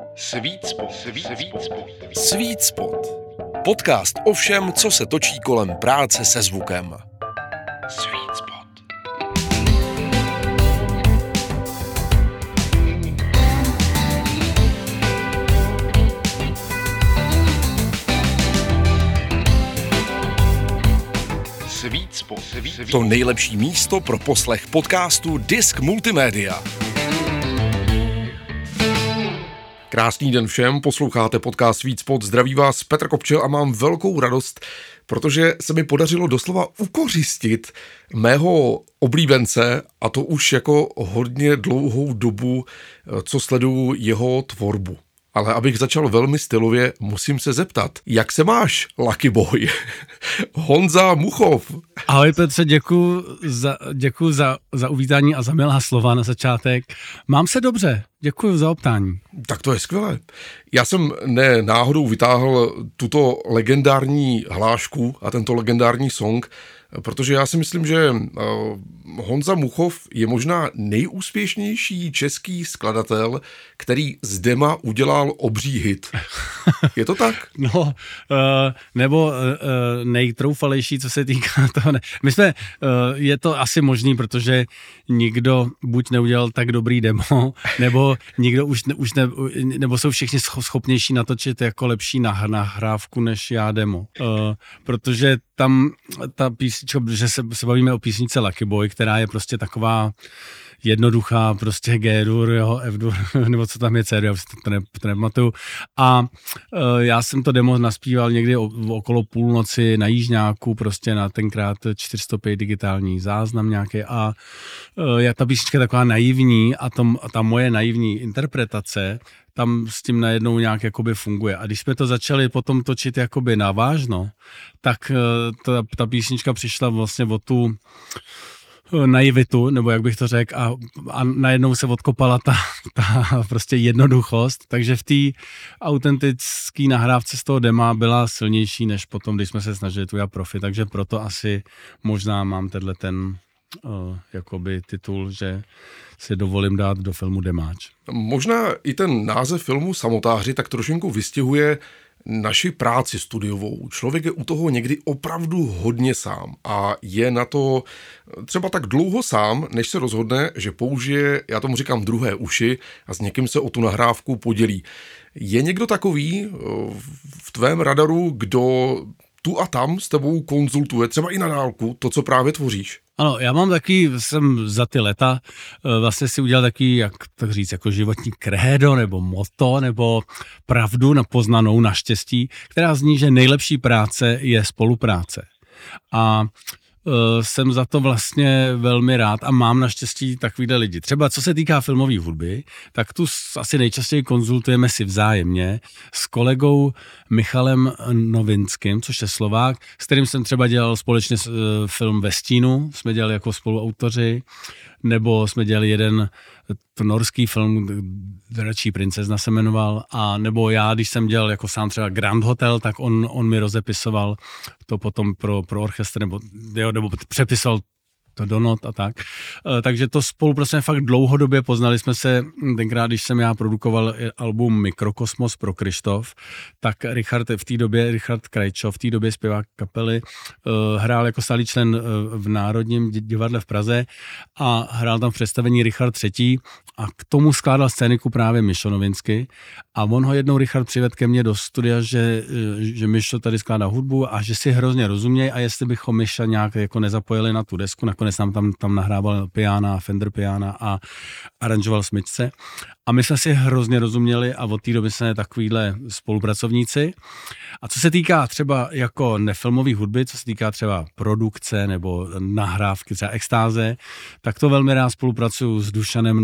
Sweet Spot. Podcast o všem, co se točí kolem práce se zvukem. Sweet Spot. To nejlepší místo pro poslech podcastu Disk Multimédia. Krásný den všem, posloucháte podcast Sweet Spot, zdraví vás Petr Kopčel a mám velkou radost, protože se mi podařilo doslova ukořistit mého oblíbence, a to už jako hodně dlouhou dobu, co sleduju jeho tvorbu. Ale abych začal velmi stylově, musím se zeptat, jak se máš, Lucky Boy? Honza Muchov. Ahoj Petře, děkuju za uvítání a za milá slova na začátek. Mám se dobře, děkuju za optání. Tak to je skvělé. Já jsem náhodou vytáhl tuto legendární hlášku a tento legendární song, protože já si myslím, že Honza Muchov je možná nejúspěšnější český skladatel, který z dema udělal obří hit. Je to tak? No, nebo nejtroufalejší, co se týká toho. My jsme, je to asi možný, protože nikdo buď neudělal tak dobrý demo, nebo nikdo nebo jsou všichni schopnější natočit jako lepší nahrávku než já demo. Protože tam ta písnička, že se bavíme o písnice Lucky Boy, která je prostě taková jednoduchá, prostě G-dur, F-dur, nebo co tam je C-dur, já to nepamatuju. A já jsem to demo naspíval někdy okolo půlnoci na Jižňáku, prostě na tenkrát 405 digitální záznam nějaký a ta písnička je taková naivní a ta moje naivní interpretace tam s tím najednou nějak jakoby funguje. A když jsme to začali potom točit jakoby navážno, tak ta písnička přišla vlastně o tu naivitu, nebo jak bych to řekl, a najednou se odkopala ta prostě jednoduchost, takže v té autentické nahrávce z toho dema byla silnější, než potom, když jsme se snažili tu udělat profi, takže proto asi možná mám ten jakoby titul, že si dovolím dát do filmu demáč. Možná i ten název filmu Samotáři tak trošinku vystihuje naši práci studiovou. Člověk je u toho někdy opravdu hodně sám a je na to třeba tak dlouho sám, než se rozhodne, že použije, já tomu říkám, druhé uši a s někým se o tu nahrávku podělí. Je někdo takový v tvém radaru, kdo tu a tam s tebou konzultuje, třeba i na dálku, to, co právě tvoříš? Ano, já jsem za ty leta vlastně si udělal takový, jak tak říct, jako životní krédo, nebo motto, nebo pravdu poznanou naštěstí, která zní, že nejlepší práce je spolupráce. A jsem za to vlastně velmi rád a mám naštěstí takovýhle lidi. Třeba co se týká filmové hudby, tak tu asi nejčastěji konzultujeme si vzájemně s kolegou Michalem Novinským, což je Slovák, s kterým jsem třeba dělal společně film Ve stínu, jsme dělali jako spoluautoři, nebo jsme dělali jeden norský film, Dračí princezna se jmenoval, a nebo já, když jsem dělal jako sám třeba Grand Hotel, tak on mi rozepisoval to potom pro orchestr, nebo přepisoval to do not a tak. Takže to spolupracujeme fakt dlouhodobě, poznali jsme se tenkrát, když jsem já produkoval album Mikrokosmos pro Kryštof, tak Richard Krajčov, v té době zpěvák kapely, hrál jako stálý člen v Národním divadle v Praze a hrál tam v představení Richard III. A k tomu skládal scéniku právě Mišo Novinsky a on ho jednou Richard přivedl ke mně do studia, že Mišo tady skládá hudbu a že si hrozně rozumějí a jestli bychom Miša nějak jako nezapojili na tu desku, nakonec nám tam nahrával piana, Fender piana a aranžoval smyčce. A my jsme si hrozně rozuměli a od té doby jsme takovýhle spolupracovníci. A co se týká třeba jako nefilmové hudby, co se týká třeba produkce nebo nahrávky, třeba extáze, tak to velmi rád spolupracuju s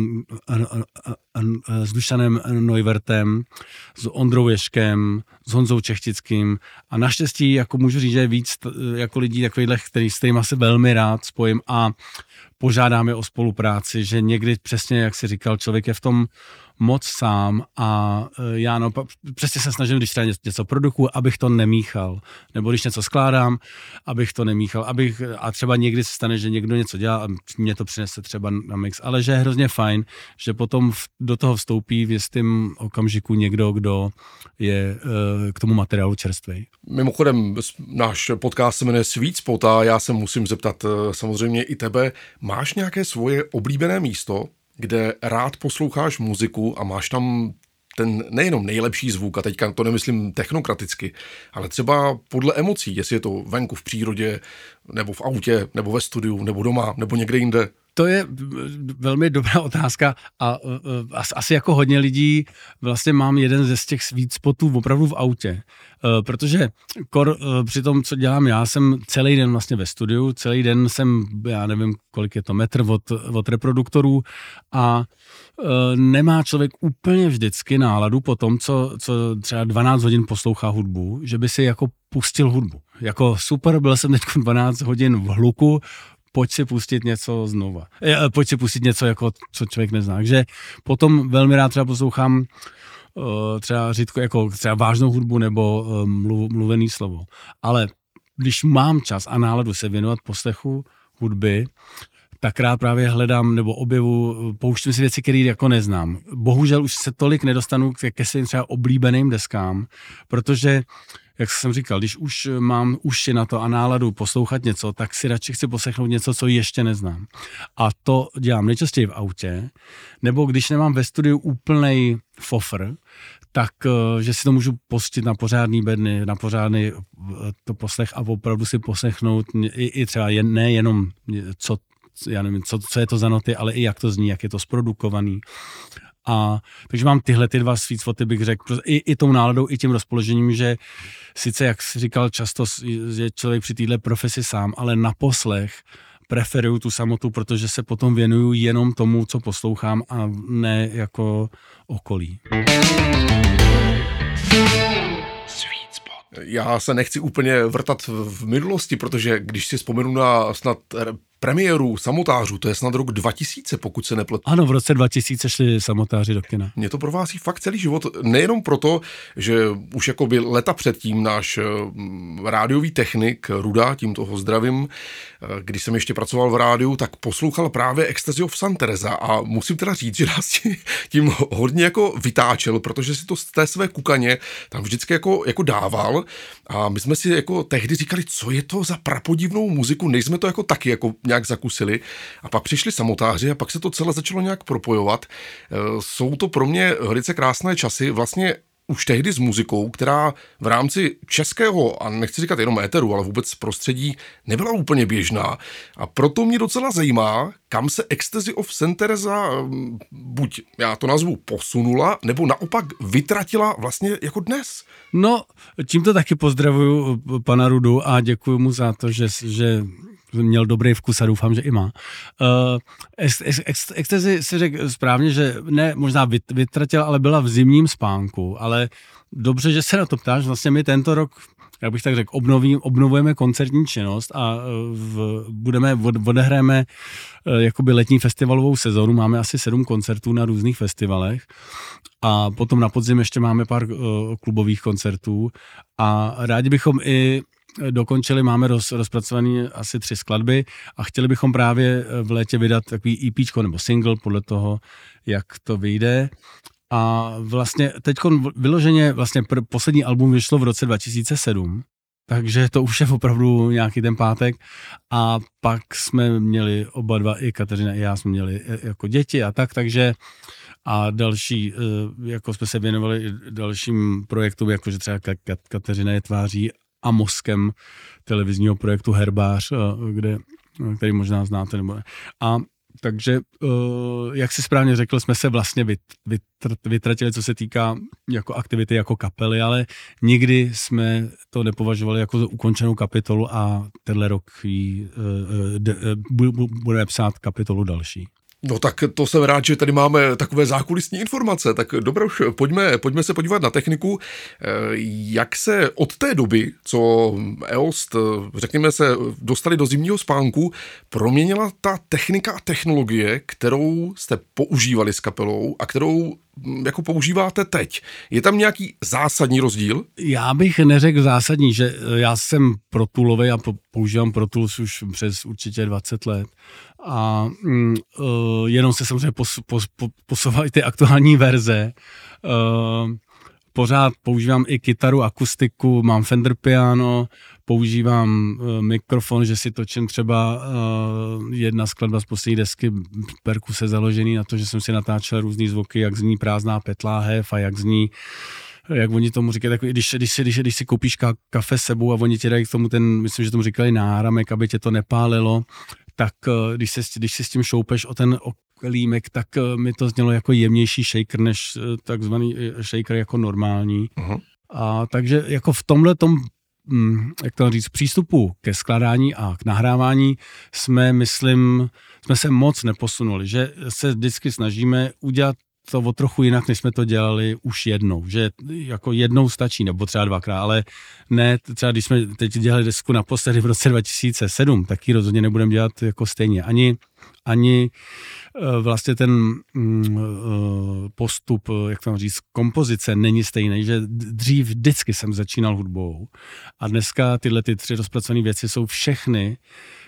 Dušanem Neuwertem, s Ondrou Ježkem, s Honzou Čechtickým a naštěstí jako můžu říct, že je víc jako lidí takovýchhle, s kterýma se velmi rád spojím a požádáme o spolupráci, že někdy přesně, jak si říkal, člověk je v tom moc sám a já přesně se snažím, když třeba něco produkuju, abych to nemíchal. Nebo když něco skládám, abych to nemíchal. A třeba někdy se stane, že někdo něco dělá a mě to přinese třeba na mix. Ale že je hrozně fajn, že potom do toho vstoupí v jistém okamžiku někdo, kdo je k tomu materiálu čerstvý. Mimochodem, náš podcast se jmenuje Sweet Spot a já se musím zeptat samozřejmě i tebe. Máš nějaké svoje oblíbené místo, kde rád posloucháš muziku a máš tam ten nejenom nejlepší zvuk, a teďka to nemyslím technokraticky, ale třeba podle emocí, jestli je to venku v přírodě, nebo v autě, nebo ve studiu, nebo doma, nebo někde jinde? To je velmi dobrá otázka a asi jako hodně lidí vlastně mám jeden ze z těch sweet spotů opravdu v autě, protože při tom, co dělám já, jsem celý den vlastně ve studiu, celý den jsem, já nevím, kolik je to metr od reproduktorů a nemá člověk úplně vždycky náladu po tom, co třeba 12 hodin poslouchá hudbu, že by si jako pustil hudbu. Jako super, byl jsem teď 12 hodin v hluku, pojď si pustit něco znova. Pojď si pustit něco, jako, co člověk nezná. Takže potom velmi rád třeba poslouchám třeba řídko, jako třeba vážnou hudbu nebo mluvený slovo. Ale když mám čas a náladu se věnovat poslechu hudby, tak rád právě hledám nebo pouštím si věci, které jako neznám. Bohužel už se tolik nedostanu ke svým třeba oblíbeným deskám, protože jak jsem říkal, když už mám uši na to a náladu poslouchat něco, tak si radši chci poslechnout něco, co ještě neznám. A to dělám nejčastěji v autě, nebo když nemám ve studiu úplnej fofr, tak, že si to můžu pustit na pořádný bedny, na pořádný to poslech a opravdu si poslechnout i třeba nejenom já nevím, co je to za noty, ale i jak to zní, jak je to zprodukovaný. A takže mám tyhle ty dva sweet spoty, bych řekl, i tou náladou, i tím rozpoložením, že sice, jak jsi říkal, často je člověk při téhle profesi sám, ale na poslech preferuju tu samotu, protože se potom věnuju jenom tomu, co poslouchám a ne jako okolí. Já se nechci úplně vrtat v minulosti, protože když si vzpomenu na snad premiéru Samotářů, to je snad rok 2000, pokud se nepletu. Ano, v roce 2000 šli Samotáři do kina. Mě to provází fakt celý život, nejenom proto, že už jakoby leta předtím náš rádiový technik Ruda, tímto ho zdravím, když jsem ještě pracoval v rádiu, tak poslouchal právě Ecstasy of Santa Teresa a musím teda říct, že nás tím hodně jako vytáčel, protože si to z té své kukaně tam vždycky jako dával a my jsme si jako tehdy říkali, co je to za prapodivnou muziku, nejsme to jako taky jako nějak zakusili a pak přišli Samotáři a pak se to celé začalo nějak propojovat. Jsou to pro mě velice krásné časy, vlastně už tehdy s muzikou, která v rámci českého, a nechci říkat jenom éteru, ale vůbec prostředí, nebyla úplně běžná. A proto mě docela zajímá, kam se Ecstasy of Santa Teresa buď, já to nazvu, posunula, nebo naopak vytratila vlastně jako dnes. No, tímto taky pozdravuju pana Rudu a děkuju mu za to, že měl dobrý vkus a doufám, že i má. Ecstasy si řekl správně, že ne možná vytratila, ale byla v zimním spánku, ale dobře, že se na to ptáš. Vlastně my tento rok, jak bych tak řekl, obnovujeme koncertní činnost a odehráme jakoby letní festivalovou sezónu. Máme asi 7 koncertů na různých festivalech a potom na podzim ještě máme pár klubových koncertů a rádi bychom i dokončili, máme rozpracovaný asi 3 skladby a chtěli bychom právě v létě vydat takový EPčko nebo single podle toho, jak to vyjde. A vlastně teďkon vyloženě vlastně poslední album vyšlo v roce 2007, takže to už je opravdu nějaký ten pátek a pak jsme měli oba dva, i Kateřina i já jsme měli jako děti a takže a další, jako jsme se věnovali dalším projektům, jakože třeba Kateřina je tváří a mozkem televizního projektu Herbář, který možná znáte. Nebo ne. A takže, jak jsi správně řekl, jsme se vlastně vytratili, co se týká jako aktivity jako kapely, ale nikdy jsme to nepovažovali jako za ukončenou kapitolu a tenhle rok budeme psát kapitolu další. No tak to jsem rád, že tady máme takové zákulisní informace, tak dobré už pojďme se podívat na techniku, jak se od té doby, co EOST, řekněme, se dostali do zimního spánku, proměnila ta technika a technologie, kterou jste používali s kapelou a kterou jako používáte teď. Je tam nějaký zásadní rozdíl? Já bych neřekl zásadní, že já jsem protoolovej a používám Pro Tools už přes určitě 20 let. A jenom se samozřejmě posouvají ty aktuální verze. Pořád používám i kytaru, akustiku, mám Fender piano, používám mikrofon, že si točím třeba jedna skladba z poslední desky, perkuse založený na to, že jsem si natáčel různý zvuky, jak zní prázdná petláhev a jak zní, jak oni tomu říkají, takový, když si koupíš kafe s sebou a oni ti dají k tomu myslím, že tomu říkali náramek, aby tě to nepálilo, tak když si s tím šoupeš o ten límek, tak mi to znělo jako jemnější shaker, než takzvaný shaker jako normální. Uh-huh. A takže jako v tomhletom, jak to říct, přístupu ke skládání a k nahrávání jsme se moc neposunuli, že se vždycky snažíme udělat to o trochu jinak, než jsme to dělali už jednou, že jako jednou stačí, nebo třeba dvakrát, ale ne, třeba když jsme teď dělali desku naposledy v roce 2007, tak ji rozhodně nebudeme dělat jako stejně. Ani vlastně ten postup, jak to říct, kompozice není stejný, že dřív vždycky jsem začínal hudbou a dneska tyhle 3 rozpracované věci jsou všechny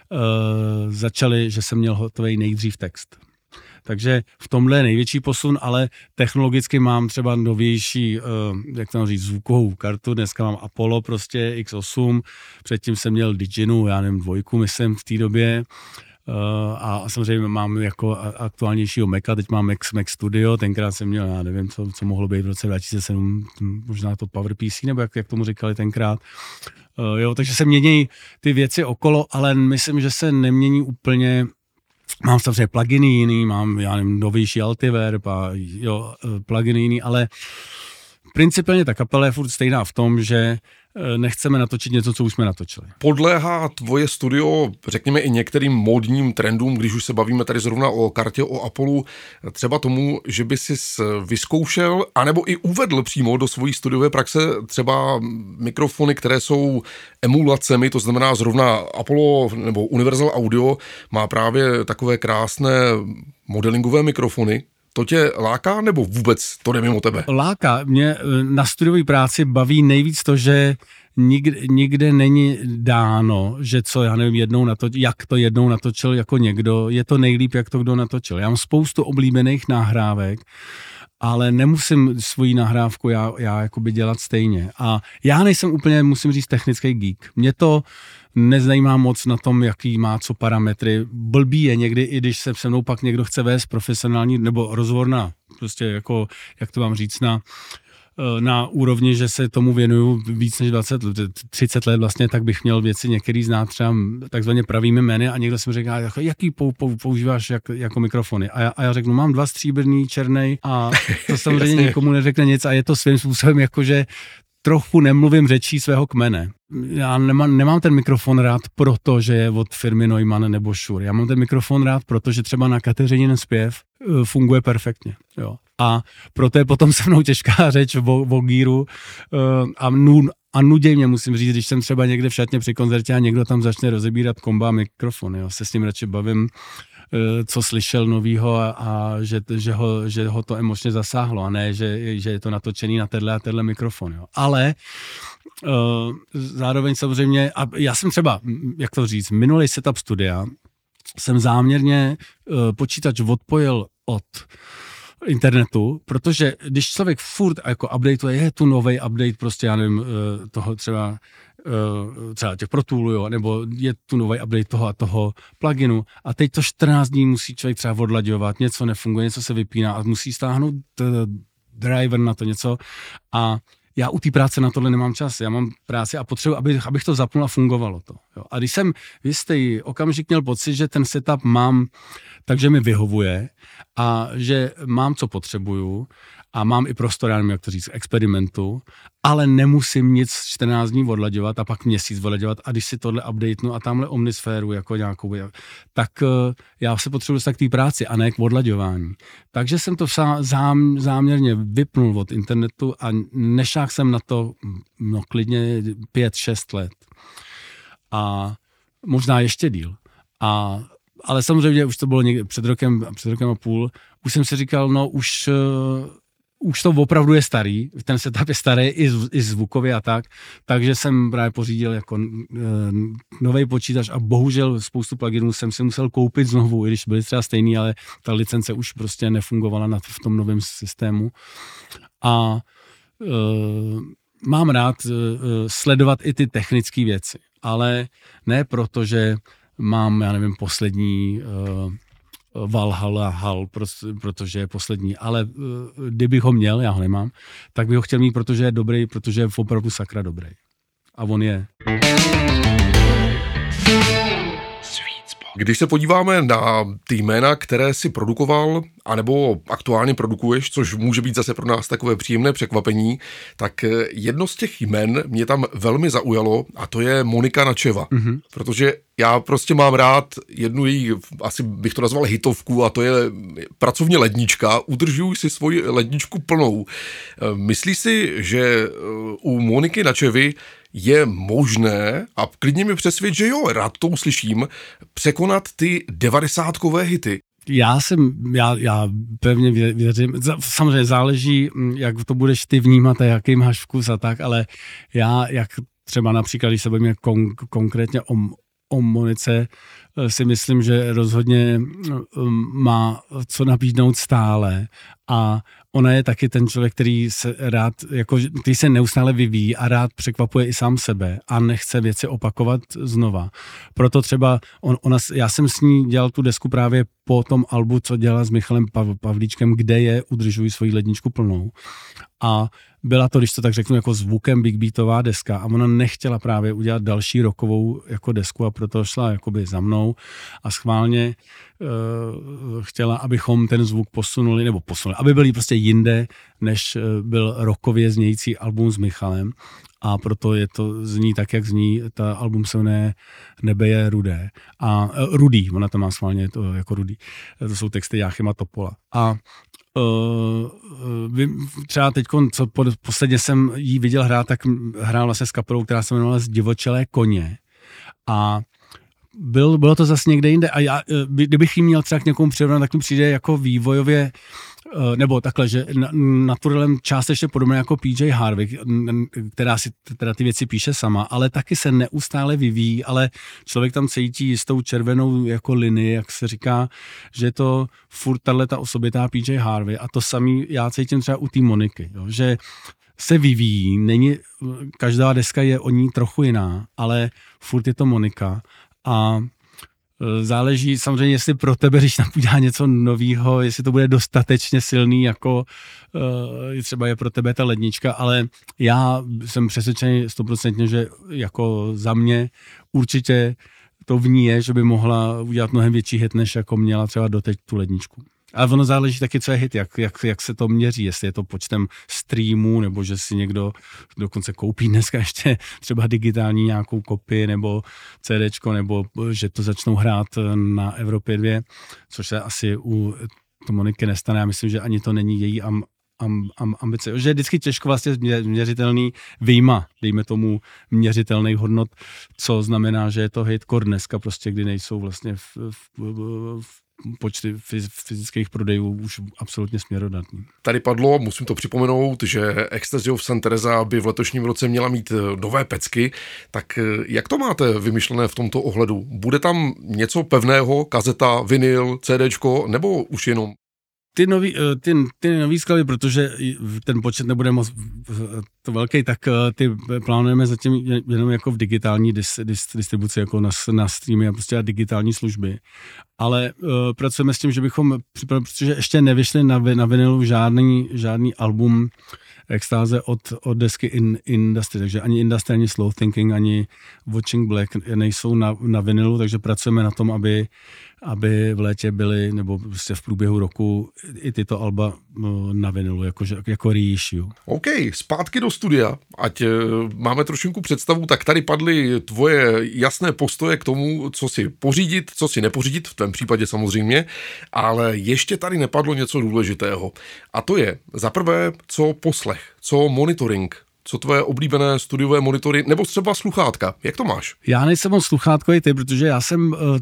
začaly, že jsem měl hotový nejdřív text. Takže v tomhle je největší posun, ale technologicky mám třeba novější, jak to říct, zvukovou kartu, dneska mám Apollo prostě X8, předtím jsem měl Diginu, já nevím, 2, myslím v té době, a samozřejmě mám jako aktuálnějšího Maca, teď mám Mac Studio, tenkrát jsem měl, já nevím, co mohlo být v roce 2007, možná to PowerPC, nebo jak tomu říkali tenkrát. Jo, takže se mění ty věci okolo, ale myslím, že se nemění úplně. Mám samozřejmě pluginy jiný, mám, já nevím, novější Altiverb a jo, pluginy jiný, ale principiálně ta kapela je furt stejná v tom, že nechceme natočit něco, co už jsme natočili. Podléhá tvoje studio, řekněme, i některým módním trendům, když už se bavíme tady zrovna o kartě, o Apollu, třeba tomu, že by si vyzkoušel, anebo i uvedl přímo do svojí studiové praxe třeba mikrofony, které jsou emulacemi, to znamená zrovna Apollo nebo Universal Audio má právě takové krásné modelingové mikrofony. To tě láká, nebo vůbec to jde mimo tebe? Láká. Mě na studiové práci baví nejvíc to, že nikde není dáno, že co, já nevím, jak to jednou natočil jako někdo, je to nejlíp, jak to kdo natočil. Já mám spoustu oblíbených nahrávek, ale nemusím svoji nahrávku já jakoby dělat stejně. A já nejsem úplně, musím říct, technický geek. Mě to nezajímá moc na tom, jaký má co parametry. Blbý je někdy, i když se mnou pak někdo chce vést profesionální nebo rozhovor na, prostě jako, jak to mám říct, na úrovni, že se tomu věnuju víc než 30 let vlastně, tak bych měl věci některý znát třeba takzvaně pravými jmény a někdo se mi říká, jaký používáš jako mikrofony. A já řeknu, mám 2 stříbrný, černej a to samozřejmě nikomu neřekne nic a je to svým způsobem jakože trochu nemluvím řečí svého kmene. Já nemám ten mikrofon rád, protože je od firmy Neumann nebo Shure. Já mám ten mikrofon rád, protože třeba na Kateřinin zpěv funguje perfektně. Jo. A proto je potom se mnou těžká řeč o gíru a nuděj mě, musím říct, když jsem třeba někde v šatně při koncertě a někdo tam začne rozebírat komba a mikrofon. Jo. Se s ním radši bavím, co slyšel novýho a že ho to emočně zasáhlo a ne, že je to natočený na tenhle mikrofon. Jo. Ale zároveň samozřejmě, a já jsem třeba, jak to říct, minulý setup studia jsem záměrně počítač odpojil od internetu, protože když člověk furt jako updateuje, je tu novej update, prostě já nevím, toho třeba těch Pro Toolů, jo, nebo je tu nový update toho a toho pluginu a teď to 14 dní musí člověk třeba odlaďovat, něco nefunguje, něco se vypíná a musí stáhnout driver na to něco a já u té práce na tohle nemám čas, já mám práci a potřebuji, abych to zapnul a fungovalo to. Jo. A když jsem v jistý okamžik měl pocit, že ten setup mám, takže mi vyhovuje a že mám, co potřebuju a mám i prostor, já nevím, jak to říct, experimentu, ale nemusím nic 14 dní odlaďovat a pak měsíc odlaďovat a když si tohle updatenu a tamhle omnisféru jako nějakou, tak já se potřebuji dostat k té práci a ne k odlaďování. Takže jsem to záměrně vypnul od internetu a nešáhl jsem na to klidně 5-6 let. A možná ještě díl. Ale samozřejmě už to bylo někde před rokem a půl, už jsem si říkal, no už už to opravdu je starý, ten setup je starý i zvukově a tak, takže jsem právě pořídil jako nový počítač a bohužel spoustu pluginů jsem si musel koupit znovu, i když byly třeba stejný, ale ta licence už prostě nefungovala v tom novém systému. A mám rád sledovat i ty technické věci, ale ne proto, že mám, já nevím, poslední Valhalla, protože je poslední, ale kdybych ho měl, já ho nemám, tak bych ho chtěl mít, protože je dobrý, protože je opravdu sakra dobrý. A on je. Když se podíváme na ty jména, které si produkoval, anebo aktuálně produkuješ, což může být zase pro nás takové příjemné překvapení, tak jedno z těch jmen mě tam velmi zaujalo a to je Monika Načeva. Protože já prostě mám rád jednu její, asi bych to nazval hitovku, a to je pracovně lednička. Udržuji si svoji ledničku plnou. Myslíš si, že u Moniky Načevy je možné, a klidně mi přesvědč, že jo, rád to uslyším, překonat ty 90kové hity? Já pevně věřím, samozřejmě záleží, jak to budeš ty vnímat a jaký máš vkus a tak, ale já, jak třeba například, když se bavíme konkrétně o Monice, si myslím, že rozhodně má co nabídnout stále a ona je taky ten člověk, který který se neustále vyvíjí a rád překvapuje i sám sebe a nechce věci opakovat znova. Proto třeba já jsem s ní dělal tu desku právě po tom albu, co dělala s Michalem Pavlíčkem, kde je Udržuji svoji ledničku plnou. A byla to, když to tak řeknu, jako zvukem big beatová deska a ona nechtěla právě udělat další rockovou jako desku a proto šla jakoby za mnou a schválně chtěla, abychom ten zvuk posunuli, aby byli prostě jinde, než byl rockově znějící album s Michalem. A proto zní tak, jak zní. Ta album se jmenuje Nebe je rudé. A rudý, ona to má schválně to jako rudý. To jsou texty Jáchyma Topola. A třeba teď, co posledně jsem jí viděl hrát, tak hrál vlastně s kapelou, která se jmenovala Zdivočelé koně. A bylo to zase někde jinde. A já, kdybych jí měl třeba k někomu přirovnat, tak mi přijde jako vývojově, nebo takhle, že naturelem částečně podobně jako PJ Harvey, která si teda ty věci píše sama, ale taky se neustále vyvíjí, ale člověk tam cítí jistou červenou jako linii, jak se říká, že to furt tato osobitá PJ Harvey a to samý já cítím třeba u té Moniky, jo, že se vyvíjí, každá deska je o ní trochu jiná, ale furt je to Monika a záleží samozřejmě, jestli pro tebe, když tam udělá něco novýho, jestli to bude dostatečně silný, jako třeba je pro tebe ta lednička, ale já jsem přesvědčený 100%, že jako za mě určitě to v ní je, že by mohla udělat mnohem větší hit, než jako měla třeba doteď tu ledničku. Ale ono záleží taky, co je hit, jak se to měří, jestli je to počtem streamů, nebo že si někdo dokonce koupí dneska ještě třeba digitální nějakou kopii, nebo CDčko, nebo že to začnou hrát na Evropě 2, což se asi u Moniky nestane. Já myslím, že ani to není její ambice. Že je vždycky těžko vlastně měřitelný vyjma, dejme tomu měřitelných hodnot, co znamená, že je to hit kor dneska prostě, kdy nejsou vlastně v počty fyzických prodejů už absolutně směrodatný. Tady padlo, musím to připomenout, že Ecstasy of St. Teresa by v letošním roce měla mít nové pecky, tak jak to máte vymyšlené v tomto ohledu? Bude tam něco pevného, kazeta, vinyl, CDčko, nebo už jenom? Ty nový skladby, protože ten počet nebude moc to velký, tak ty plánujeme zatím jenom jako v digitální distribuci, jako na streamy a prostě digitální služby. Ale pracujeme s tím, že bychom připravili, protože ještě nevyšli na vinylu žádný album extáze od desky Industry, takže ani Industry, ani Slow Thinking, ani Watching Black nejsou na vinylu, takže pracujeme na tom, aby v létě byly, nebo prostě v průběhu roku i tyto alba na vinylu, jako reissue. OK, zpátky do studia, ať máme trošinku představu, tak tady padly tvoje jasné postoje k tomu, co si pořídit, co si nepořídit, v tvém případě samozřejmě, ale ještě tady nepadlo něco důležitého. A to je za prvé, co poslech, co monitoring, co tvoje oblíbené studiové monitory, nebo třeba sluchátka. Jak to máš? Já nejsem moc sluchátkový typ, protože já jsem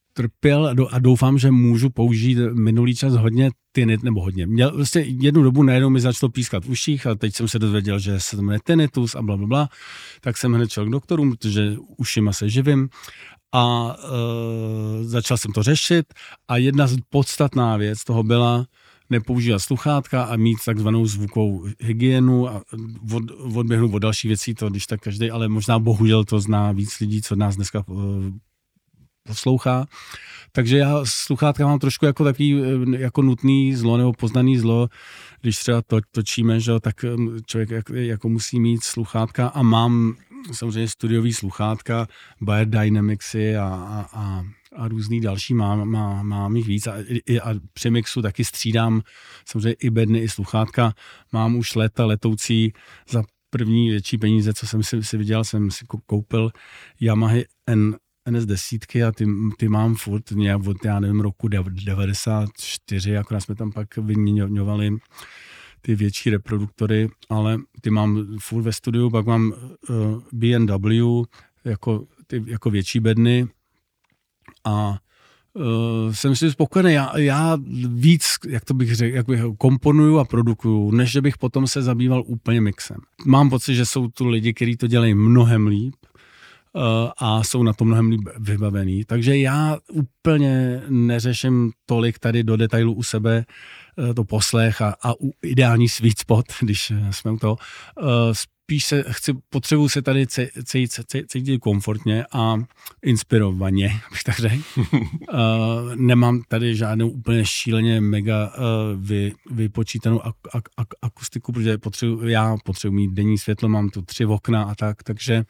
trpěl a doufám, že můžu použít minulý čas hodně tinnitus, nebo hodně. Měl vlastně jednu dobu najednou mi začalo pískat v uších a teď jsem se dozvěděl, že se to jmenuje tinnitus a blablabla, tak jsem hned šel k doktorům, protože ušima se živím a začal jsem to řešit a jedna z podstatná věc toho byla nepoužívat sluchátka a mít takzvanou zvukovou hygienu a odběhnu od dalších věcí, to když tak každý, ale možná bohužel to zná víc lidí, co nás dneska poslouchá. Takže já sluchátka mám trošku jako takový jako nutný zlo nebo poznaný zlo, když třeba točíme, že, tak člověk jako musí mít sluchátka a mám samozřejmě studiový sluchátka, Beyerdynamicsy a různý další, mám jich víc a při mixu taky střídám samozřejmě i bedny, i sluchátka. Mám už letoucí za první větší peníze, co jsem si viděl, jsem si koupil Yamaha NS10 a ty mám furt nějak od, já nevím, roku 94, akorát jsme tam pak vyměňovali ty větší reproduktory, ale ty mám furt ve studiu, pak mám B&W jako větší bedny a jsem si spokojený. Já víc, jak to bych řekl, komponuju a produkuju, než že bych potom se zabýval úplně mixem. Mám pocit, že jsou tu lidi, kteří to dělají mnohem líp a jsou na to mnohem líp vybavený. Takže já úplně neřeším tolik tady do detailu u sebe to poslech a ideální sweet spot, když jsme u toho. Spíš potřebuji se tady cítit komfortně a inspirovaně, bych tak řekl. Nemám tady žádnou úplně šíleně mega vypočítanou akustiku, protože já potřebuji mít denní světlo, mám tu 3 okna a tak, takže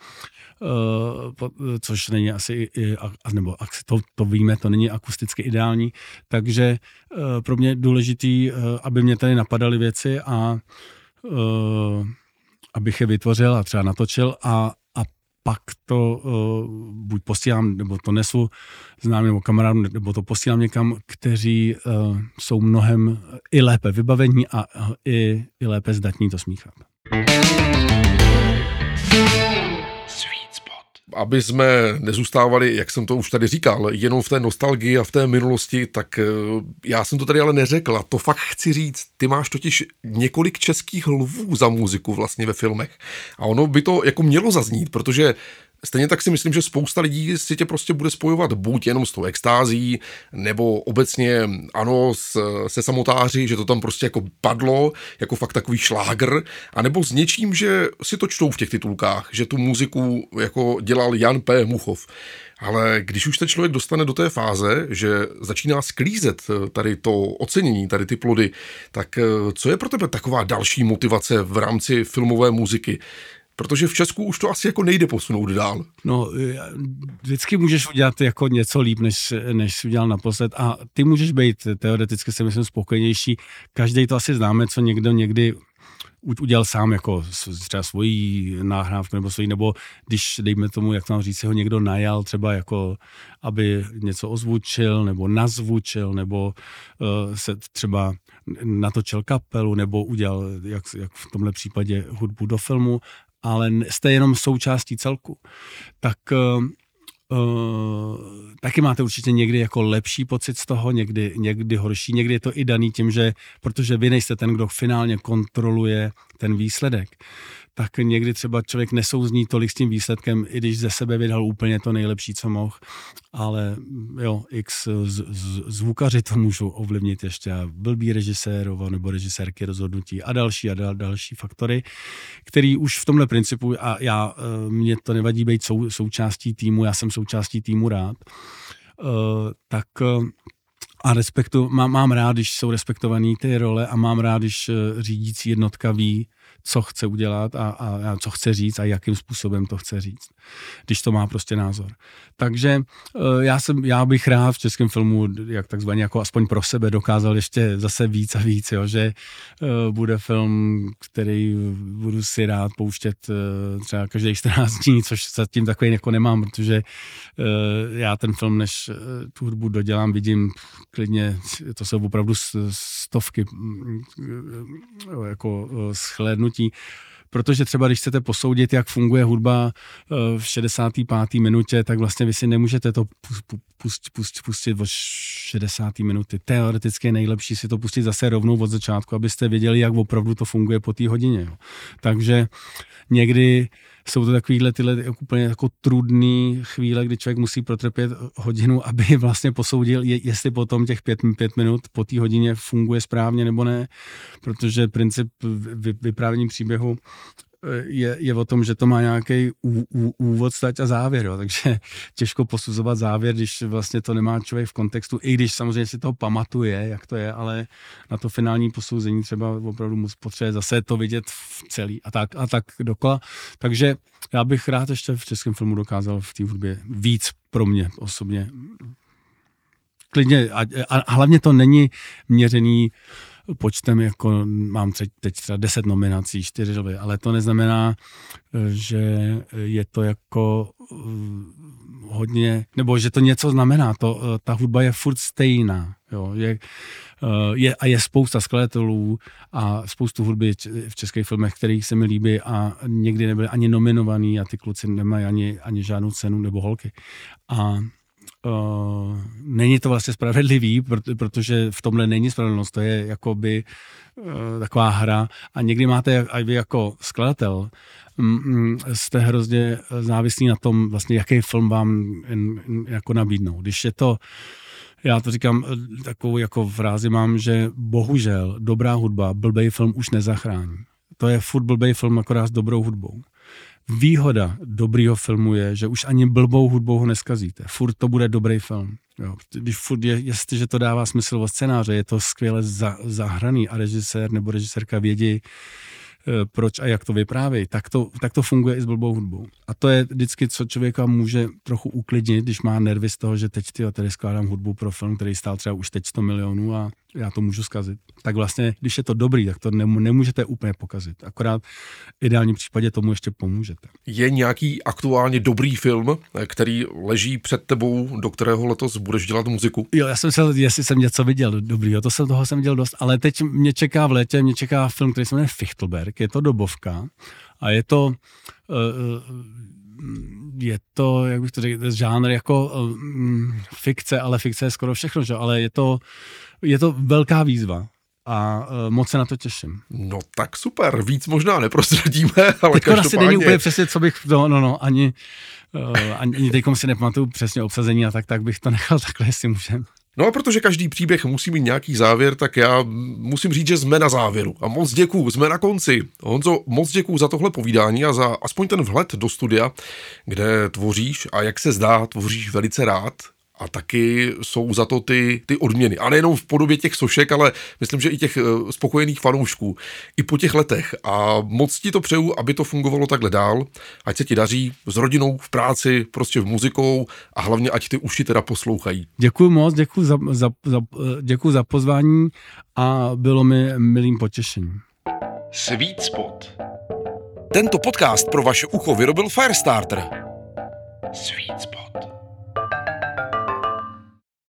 což není asi, nebo to víme, to není akusticky ideální, takže pro mě je důležitý, aby mě tady napadaly věci a abych je vytvořil a třeba natočil a pak to buď posílám, nebo to nesu známým nebo kamarádům, nebo to posílám někam, kteří jsou mnohem i lépe vybavení a i lépe zdatní to smíchat. Aby jsme nezůstávali, jak jsem to už tady říkal, jenom v té nostalgii a v té minulosti, tak já jsem to tady ale neřekl a to fakt chci říct. Ty máš totiž několik českých lvů za muziku vlastně ve filmech a ono by to jako mělo zaznít, protože stejně tak si myslím, že spousta lidí si tě prostě bude spojovat buď jenom s tou extází, nebo obecně ano se samotáři, že to tam prostě jako padlo, jako fakt takový šlágr, anebo s něčím, že si to čtou v těch titulkách, že tu muziku jako dělal Jan P. Muchov. Ale když už ten člověk dostane do té fáze, že začíná sklízet tady to ocenění, tady ty plody, tak co je pro tebe taková další motivace v rámci filmové muziky? Protože v Česku už to asi jako nejde posunout dál. No, vždycky můžeš udělat jako něco líp, než jsi udělal naposled a ty můžeš být teoreticky si myslím spokojenější. Každý to asi známe, co někdo někdy udělal sám jako třeba svoji nahrávku nebo když, dejme tomu, jak to mám říct, si ho někdo najal třeba jako, aby něco ozvučil nebo nazvučil nebo se třeba natočil kapelu nebo udělal, jak v tomhle případě, hudbu do filmu, ale jste jenom součástí celku, tak taky máte určitě někdy jako lepší pocit z toho, někdy horší, někdy je to i daný tím, že protože vy nejste ten, kdo finálně kontroluje ten výsledek, tak někdy třeba člověk nesouzní tolik s tím výsledkem, i když ze sebe vydal úplně to nejlepší, co mohl, ale jo, zvukaři to můžou ovlivnit ještě blbý režisérovo nebo režisérky rozhodnutí a další faktory, který už v tomhle principu, a mně to nevadí být součástí týmu, já jsem součástí týmu rád, tak a mám rád, když jsou respektovaný ty role a mám rád, když řídící jednotka ví, co chce udělat a co chce říct a jakým způsobem to chce říct, když to má prostě názor. Takže já bych rád v českém filmu, jak takzvaně jako aspoň pro sebe dokázal ještě zase víc a víc, jo, že bude film, který budu si rád pouštět třeba každých 14 dní, což zatím takový jako nemám, protože já ten film, než tu hudbu dodělám, vidím klidně, to jsou opravdu stovky jako shlédnutí. protože třeba když chcete posoudit, jak funguje hudba v 65. minutě, tak vlastně vy si nemůžete to pustit od 60. minuty. Teoreticky je nejlepší si to pustit zase rovnou od začátku, abyste věděli, jak opravdu to funguje po té hodině. Jo. Takže někdy jsou to takovýhle tyhle úplně jako trudný chvíle, kdy člověk musí protrpět hodinu, aby vlastně posoudil, jestli potom těch 5 minut po té hodině funguje správně nebo ne, protože princip vyprávění příběhu je o tom, že to má nějaký úvod, stať a závěr, jo. Takže těžko posuzovat závěr, když vlastně to nemá člověk v kontextu, i když samozřejmě si toho pamatuje, jak to je, ale na to finální posouzení třeba opravdu potřebuje zase to vidět v celý a tak dokola. Takže já bych rád ještě v českém filmu dokázal v té hudbě víc pro mě osobně. Klidně a hlavně to není měřený počtem, jako mám teď třeba 10 nominací, 4 roly, ale to neznamená, že je to jako hodně, nebo že to něco znamená, ta hudba je furt stejná, jo, je spousta skladatelů a spoustu hudby v českých filmech, kterých se mi líbí a někdy nebyly ani nominovaný a ty kluci nemají ani žádnou cenu nebo holky. A není to vlastně spravedlivý, protože v tomhle není spravedlnost, to je jakoby taková hra a někdy máte, a vy jako skladatel, jste hrozně závislí na tom, vlastně jaký film vám jako nabídnou. Když je to, já to říkám, takovou jako frázi mám, že bohužel dobrá hudba, blbej film už nezachrání. To je furt blbej film akorát s dobrou hudbou. Výhoda dobrýho filmu je, že už ani blbou hudbou ho neskazíte. Furt to bude dobrý film. Jo. Když furt jestliže to dává smysl o scénáře, je to skvěle zahraný a režisér nebo režisérka vědí, proč a jak to vyprávějí, tak to funguje i s blbou hudbou. A to je vždycky, co člověka může trochu uklidnit, když má nervy z toho, že teď tady skládám hudbu pro film, který stál třeba už teď 100 milionů a já to můžu zkazit. Tak vlastně, když je to dobrý, tak to nemůžete úplně pokazit. Akorát v ideálním případě tomu ještě pomůžete. Je nějaký aktuálně dobrý film, který leží před tebou, do kterého letos budeš dělat muziku? Jo, já jsem se, jestli jsem něco viděl dobrýho, toho jsem viděl dost, ale teď mě čeká v létě, film, který se jmenuje Fichtelberg, je to dobovka a je to, jak bych to řekl, žánr jako fikce, ale fikce je skoro všechno, že? Ale je to velká výzva a moc se na to těším. No tak super, víc možná neprozradíme, ale teď každopádně... asi není úplně přesně, co bych, ani teďkom si nepamatuju přesně obsazení a tak bych to nechal takhle, jestli můžem. No a protože každý příběh musí mít nějaký závěr, tak já musím říct, že jsme na závěru. A moc děkuju, jsme na konci. Honzo, moc děkuju za tohle povídání a za aspoň ten vhled do studia, kde tvoříš a jak se zdá, tvoříš velice rád. A taky jsou za to ty odměny. A nejenom v podobě těch sošek, ale myslím, že i těch spokojených fanoušků. I po těch letech. A moc ti to přeju, aby to fungovalo takhle dál. Ať se ti daří s rodinou, v práci, prostě v muzikou a hlavně ať ty uši teda poslouchají. Děkuju moc, děkuju za pozvání a bylo mi milým potěšením. Sweet Spot. Tento podcast pro vaše ucho vyrobil Firestarter. Sweet Spot.